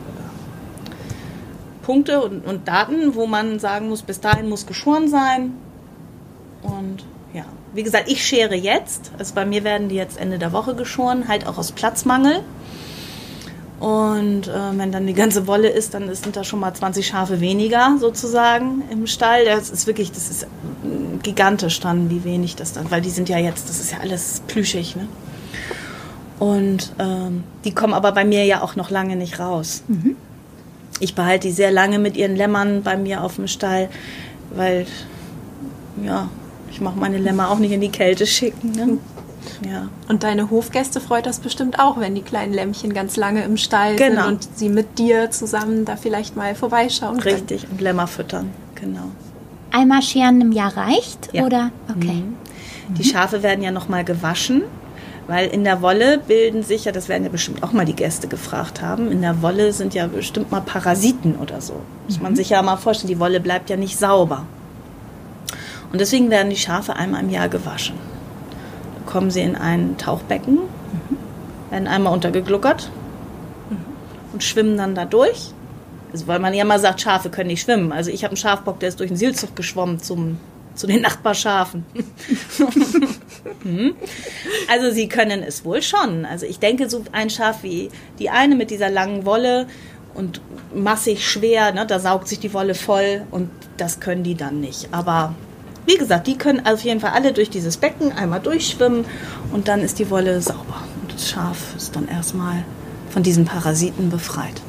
Speaker 4: Punkte und Daten, wo man sagen muss, bis dahin muss geschoren sein. Und ja, wie gesagt, ich schere jetzt. Also bei mir werden die jetzt Ende der Woche geschoren, halt auch aus Platzmangel. Und wenn dann die ganze Wolle ist, dann sind da schon mal 20 Schafe weniger sozusagen im Stall. Das ist gigantisch dann, wie wenig das dann, weil die sind ja jetzt, das ist ja alles plüschig, ne? Und die kommen aber bei mir ja auch noch lange nicht raus. Ich behalte die sehr lange mit ihren Lämmern bei mir auf dem Stall, weil, ja, ich mache meine Lämmer auch nicht in die Kälte schicken. Ne? Ja.
Speaker 3: Und deine Hofgäste freut das bestimmt auch, wenn die kleinen Lämmchen ganz lange im Stall sind und sie mit dir zusammen da vielleicht mal vorbeischauen können.
Speaker 4: Richtig, und Lämmer füttern, genau.
Speaker 2: Einmal scheren im Jahr reicht,
Speaker 4: ja.
Speaker 2: Oder? Okay.
Speaker 4: Die Schafe werden ja nochmal gewaschen. Weil in der Wolle bilden sich ja, das werden ja bestimmt auch mal die Gäste gefragt haben, in der Wolle sind ja bestimmt mal Parasiten oder so. Muss man sich ja mal vorstellen, die Wolle bleibt ja nicht sauber. Und deswegen werden die Schafe einmal im Jahr gewaschen. Da kommen sie in ein Tauchbecken, werden einmal untergegluckert und schwimmen dann da durch. Also, weil man ja mal sagt, Schafe können nicht schwimmen. Also ich habe einen Schafbock, der ist durch den Seilzug geschwommen zu den Nachbarschafen. Also sie können es wohl schon. Also ich denke, so ein Schaf wie die eine mit dieser langen Wolle und massig schwer, ne, da saugt sich die Wolle voll und das können die dann nicht. Aber wie gesagt, die können auf jeden Fall alle durch dieses Becken einmal durchschwimmen und dann ist die Wolle sauber. Und das Schaf ist dann erstmal von diesen Parasiten befreit.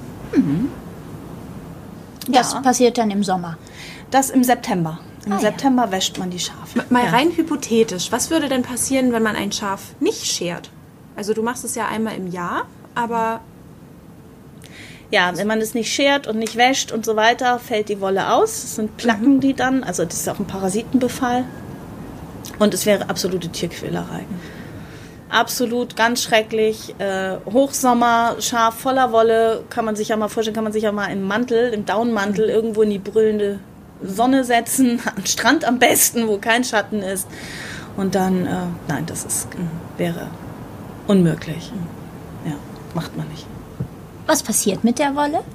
Speaker 2: Das passiert dann im Sommer?
Speaker 4: Das im September. Im September wäscht man die Schafe.
Speaker 3: Mal rein hypothetisch, was würde denn passieren, wenn man ein Schaf nicht schert? Also du machst es ja einmal im Jahr, aber...
Speaker 4: Ja, wenn man es nicht schert und nicht wäscht und so weiter, fällt die Wolle aus. Es sind Placken, die dann, also das ist auch ein Parasitenbefall. Und es wäre absolute Tierquälerei. Absolut, ganz schrecklich. Hochsommer, Schaf voller Wolle, kann man sich ja mal vorstellen, kann man sich ja mal im Mantel, im Daunenmantel irgendwo in die brüllende Sonne setzen, am Strand am besten, wo kein Schatten ist. Und dann, nein, wäre unmöglich. Ja, macht man nicht.
Speaker 2: Was passiert mit der Wolle?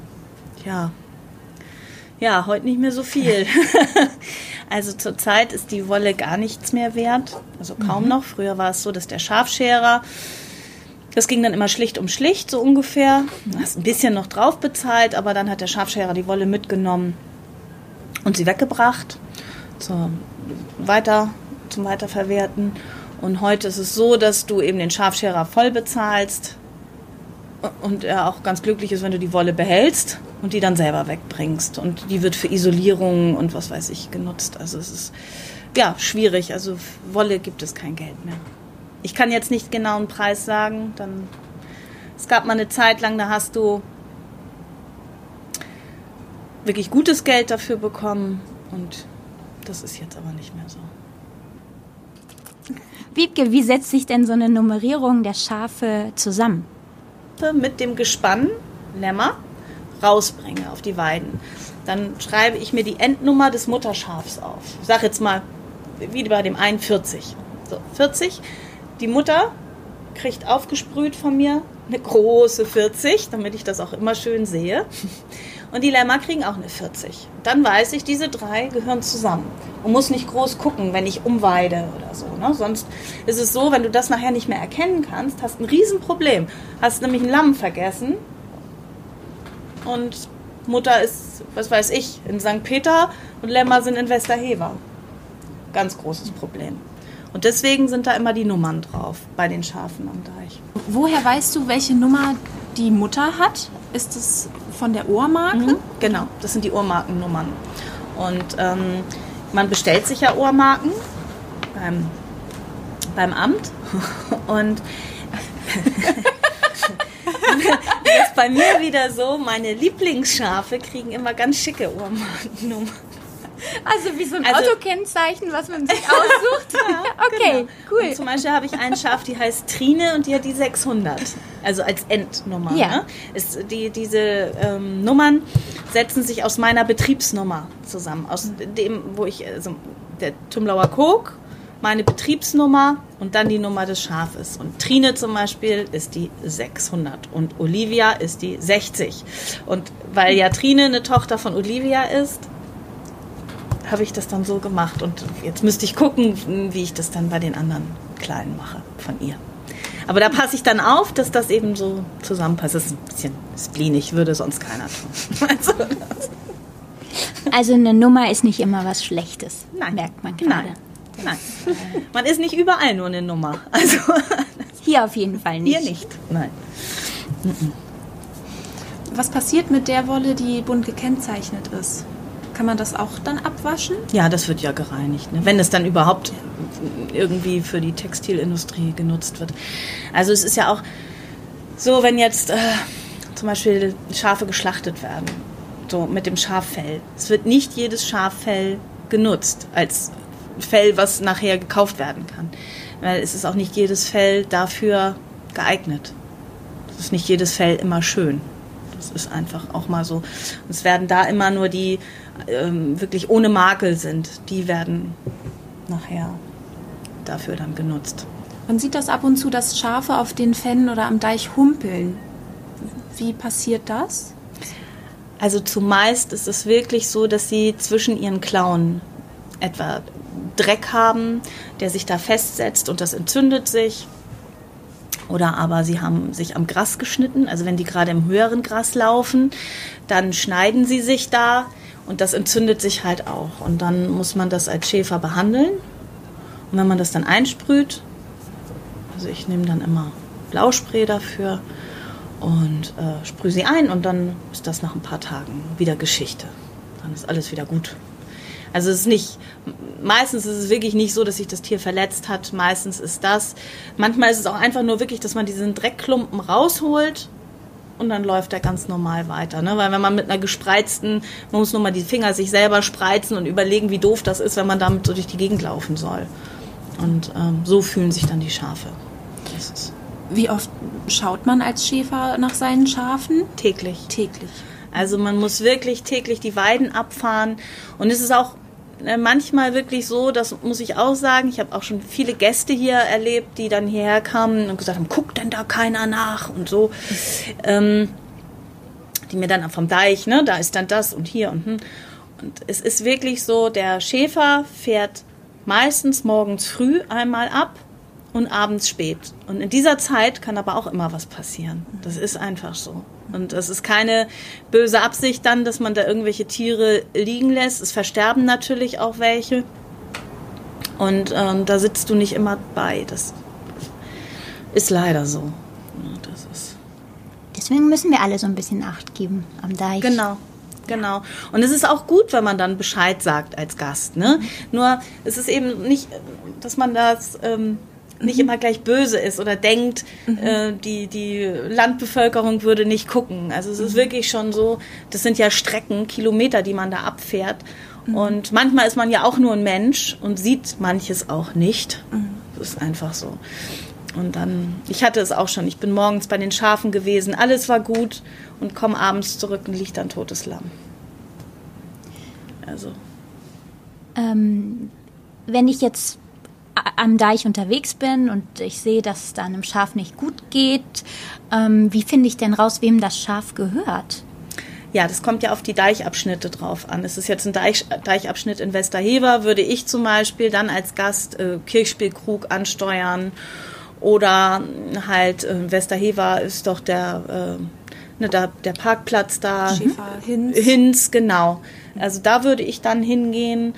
Speaker 4: Ja, heute nicht mehr so viel. Also zurzeit ist die Wolle gar nichts mehr wert, also kaum noch. Früher war es so, dass der Schafscherer, das ging dann immer schlicht um schlicht, so ungefähr. Du hast ein bisschen noch drauf bezahlt, aber dann hat der Schafscherer die Wolle mitgenommen und sie weggebracht zum Weiterverwerten. Und heute ist es so, dass du eben den Schafscherer voll bezahlst und er auch ganz glücklich ist, wenn du die Wolle behältst und die dann selber wegbringst. Und die wird für Isolierung und was weiß ich genutzt. Also es ist ja schwierig. Also für Wolle gibt es kein Geld mehr. Ich kann jetzt nicht genau einen Preis sagen. Es gab mal eine Zeit lang, da hast du wirklich gutes Geld dafür bekommen. Und das ist jetzt aber nicht mehr so.
Speaker 2: Wiebke, wie setzt sich denn so eine Nummerierung der Schafe zusammen?
Speaker 4: Mit dem Gespann Lämmer rausbringe auf die Weiden. Dann schreibe ich mir die Endnummer des Mutterschafs auf. Ich sage jetzt mal, wie bei dem einen 40. So, 40. Die Mutter kriegt aufgesprüht von mir eine große 40, damit ich das auch immer schön sehe. Und die Lämmer kriegen auch eine 40. Dann weiß ich, diese 3 gehören zusammen. Und muss nicht groß gucken, wenn ich umweide oder so. Ne? Sonst ist es so, wenn du das nachher nicht mehr erkennen kannst, hast ein Riesenproblem. Hast nämlich ein Lamm vergessen und Mutter ist, was weiß ich, in St. Peter und Lämmer sind in Westerhever. Ganz großes Problem. Und deswegen sind da immer die Nummern drauf bei den Schafen am Deich.
Speaker 3: Woher weißt du, welche Nummer die Mutter hat? Ist es von der Ohrmarke?
Speaker 4: Genau, das sind die Ohrmarkennummern. Und man bestellt sich ja Ohrmarken beim Amt. Und das ist bei mir wieder so, meine Lieblingsschafe kriegen immer ganz schicke Ohrmarkennummern.
Speaker 2: Also wie so ein Autokennzeichen, was man sich aussucht. Okay,
Speaker 4: genau.
Speaker 2: cool.
Speaker 4: Und zum Beispiel habe ich ein Schaf, die heißt Trine und die hat die 600. Also als Endnummer.
Speaker 2: Ja.
Speaker 4: Ne? Diese Nummern setzen sich aus meiner Betriebsnummer zusammen. Aus dem, wo ich, also der Tumblauer Kok, meine Betriebsnummer und dann die Nummer des Schafes. Und Trine zum Beispiel ist die 600 und Olivia ist die 60. Und weil ja Trine eine Tochter von Olivia ist, habe ich das dann so gemacht. Und jetzt müsste ich gucken, wie ich das dann bei den anderen Kleinen mache von ihr. Aber da passe ich dann auf, dass das eben so zusammenpasst. Das ist ein bisschen spleenig, würde sonst keiner tun.
Speaker 2: Also eine Nummer ist nicht immer was Schlechtes,
Speaker 4: Nein.
Speaker 2: merkt man gerade.
Speaker 4: Nein. Man ist nicht überall nur eine Nummer. Also
Speaker 2: Hier auf jeden Fall nicht.
Speaker 4: hier nicht. Nein.
Speaker 3: Was passiert mit der Wolle, die bunt gekennzeichnet ist? Kann man das auch dann abwaschen?
Speaker 4: Ja, das wird ja gereinigt, ne? Wenn es dann überhaupt irgendwie für die Textilindustrie genutzt wird. Also es ist ja auch so, wenn jetzt zum Beispiel Schafe geschlachtet werden, so mit dem Schaffell. Es wird nicht jedes Schaffell genutzt als Fell, was nachher gekauft werden kann. Weil es ist auch nicht jedes Fell dafür geeignet. Es ist nicht jedes Fell immer schön. Das ist einfach auch mal so. Es werden da immer nur die wirklich ohne Makel sind, die werden nachher dafür dann genutzt.
Speaker 3: Man sieht das ab und zu, dass Schafe auf den Fännen oder am Deich humpeln. Wie passiert das?
Speaker 4: Also zumeist ist es wirklich so, dass sie zwischen ihren Klauen etwa Dreck haben, der sich da festsetzt und das entzündet sich. Oder aber sie haben sich am Gras geschnitten. Also wenn die gerade im höheren Gras laufen, dann schneiden sie sich da und das entzündet sich halt auch. Und dann muss man das als Schäfer behandeln. Und wenn man das dann einsprüht, also ich nehme dann immer Blauspray dafür und sprühe sie ein und dann ist das nach ein paar Tagen wieder Geschichte. Dann ist alles wieder gut. Also es ist nicht, meistens ist es wirklich nicht so, dass sich das Tier verletzt hat. Meistens ist das, manchmal ist es auch einfach nur wirklich, dass man diesen Dreckklumpen rausholt und dann läuft er ganz normal weiter. Ne? Weil wenn man mit einer gespreizten, man muss nur mal die Finger sich selber spreizen und überlegen, wie doof das ist, wenn man damit so durch die Gegend laufen soll. Und so fühlen sich dann die Schafe. Das ist
Speaker 3: Wie oft schaut man als Schäfer nach seinen Schafen?
Speaker 4: täglich.
Speaker 3: Täglich.
Speaker 4: Also man muss wirklich täglich die Weiden abfahren. Und es ist auch manchmal wirklich so, das muss ich auch sagen, ich habe auch schon viele Gäste hier erlebt, die dann hierher kamen und gesagt haben, guckt denn da keiner nach und so. Die mir dann vom Deich, ne, da ist dann das und hier und Und es ist wirklich so, der Schäfer fährt meistens morgens früh einmal ab und abends spät. Und in dieser Zeit kann aber auch immer was passieren. Das ist einfach so. Und es ist keine böse Absicht dann, dass man da irgendwelche Tiere liegen lässt. Es versterben natürlich auch welche. Und da sitzt du nicht immer bei. Das ist leider so. Ja, das ist
Speaker 2: Deswegen müssen wir alle so ein bisschen Acht geben am Deich.
Speaker 4: Genau. Und es ist auch gut, wenn man dann Bescheid sagt als Gast. Ne? Nur es ist eben nicht, dass man das nicht immer gleich böse ist oder denkt, die Landbevölkerung würde nicht gucken. Also es ist wirklich schon so, das sind ja Strecken, Kilometer, die man da abfährt. Und manchmal ist man ja auch nur ein Mensch und sieht manches auch nicht. Das ist einfach so. Und dann, ich hatte es auch schon, ich bin morgens bei den Schafen gewesen, alles war gut und komme abends zurück und liegt ein totes Lamm. Also.
Speaker 2: Wenn ich jetzt am Deich unterwegs bin und ich sehe, dass es da einem Schaf nicht gut geht, wie finde ich denn raus, wem das Schaf gehört?
Speaker 4: Ja, das kommt ja auf die Deichabschnitte drauf an. Es ist jetzt ein Deichabschnitt in Westerhever, würde ich zum Beispiel dann als Gast Kirchspielkrug ansteuern oder halt Westerhever ist doch der Ne, der Parkplatz da.
Speaker 3: Schäfer-Hinz.
Speaker 4: Hinz, genau. Also da würde ich dann hingehen.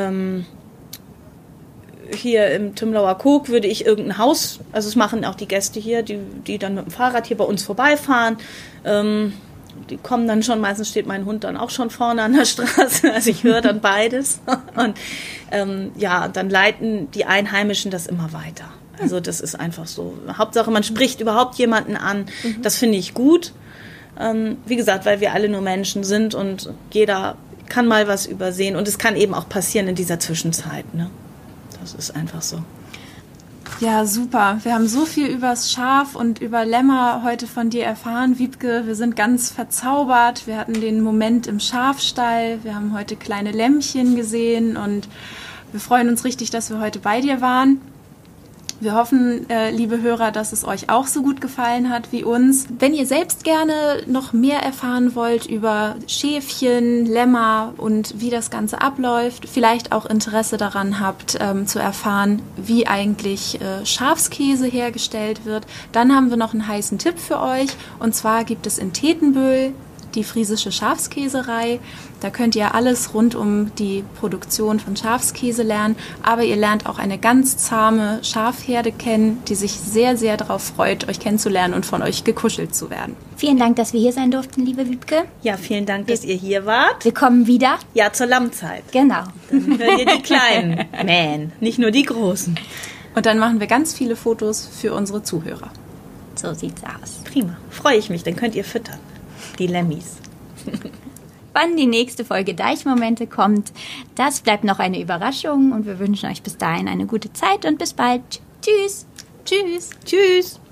Speaker 4: Hier im Tümlauer Kog würde ich irgendein Haus, also es machen auch die Gäste hier, die dann mit dem Fahrrad hier bei uns vorbeifahren. Die kommen dann schon, meistens steht mein Hund dann auch schon vorne an der Straße, also ich höre dann beides. Und dann leiten die Einheimischen das immer weiter. Also das ist einfach so. Hauptsache, man spricht überhaupt jemanden an. Das finde ich gut. Wie gesagt, weil wir alle nur Menschen sind und jeder kann mal was übersehen. Und es kann eben auch passieren in dieser Zwischenzeit, ne? Das ist einfach so.
Speaker 3: Ja, super. Wir haben so viel übers Schaf und über Lämmer heute von dir erfahren, Wiebke. Wir sind ganz verzaubert. Wir hatten den Moment im Schafstall. Wir haben heute kleine Lämmchen gesehen und wir freuen uns richtig, dass wir heute bei dir waren. Wir hoffen, liebe Hörer, dass es euch auch so gut gefallen hat wie uns. Wenn ihr selbst gerne noch mehr erfahren wollt über Schäfchen, Lämmer und wie das Ganze abläuft, vielleicht auch Interesse daran habt, zu erfahren, wie eigentlich Schafskäse hergestellt wird, dann haben wir noch einen heißen Tipp für euch. Und zwar gibt es in Tetenböhl die Friesische Schafskäserei. Da könnt ihr alles rund um die Produktion von Schafskäse lernen, aber ihr lernt auch eine ganz zahme Schafherde kennen, die sich sehr, sehr darauf freut, euch kennenzulernen und von euch gekuschelt zu werden.
Speaker 2: Vielen Dank, dass wir hier sein durften, liebe Wiebke.
Speaker 4: Ja, vielen Dank, dass ihr hier wart.
Speaker 2: Wir kommen wieder.
Speaker 4: Ja, zur Lammzeit.
Speaker 2: Genau.
Speaker 4: Dann hört ihr die Kleinen mähen, nicht nur die Großen.
Speaker 3: Und dann machen wir ganz viele Fotos für unsere Zuhörer.
Speaker 2: So sieht's aus.
Speaker 4: Prima. Freue ich mich, dann könnt ihr füttern. Die Lemmis.
Speaker 2: Wann die nächste Folge Deichmomente kommt, das bleibt noch eine Überraschung und wir wünschen euch bis dahin eine gute Zeit und bis bald. Tschüss.
Speaker 3: Tschüss.
Speaker 4: Tschüss.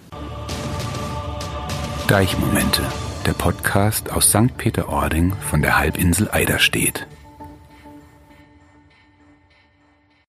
Speaker 1: Deichmomente, der Podcast aus St. Peter-Ording von der Halbinsel Eiderstedt.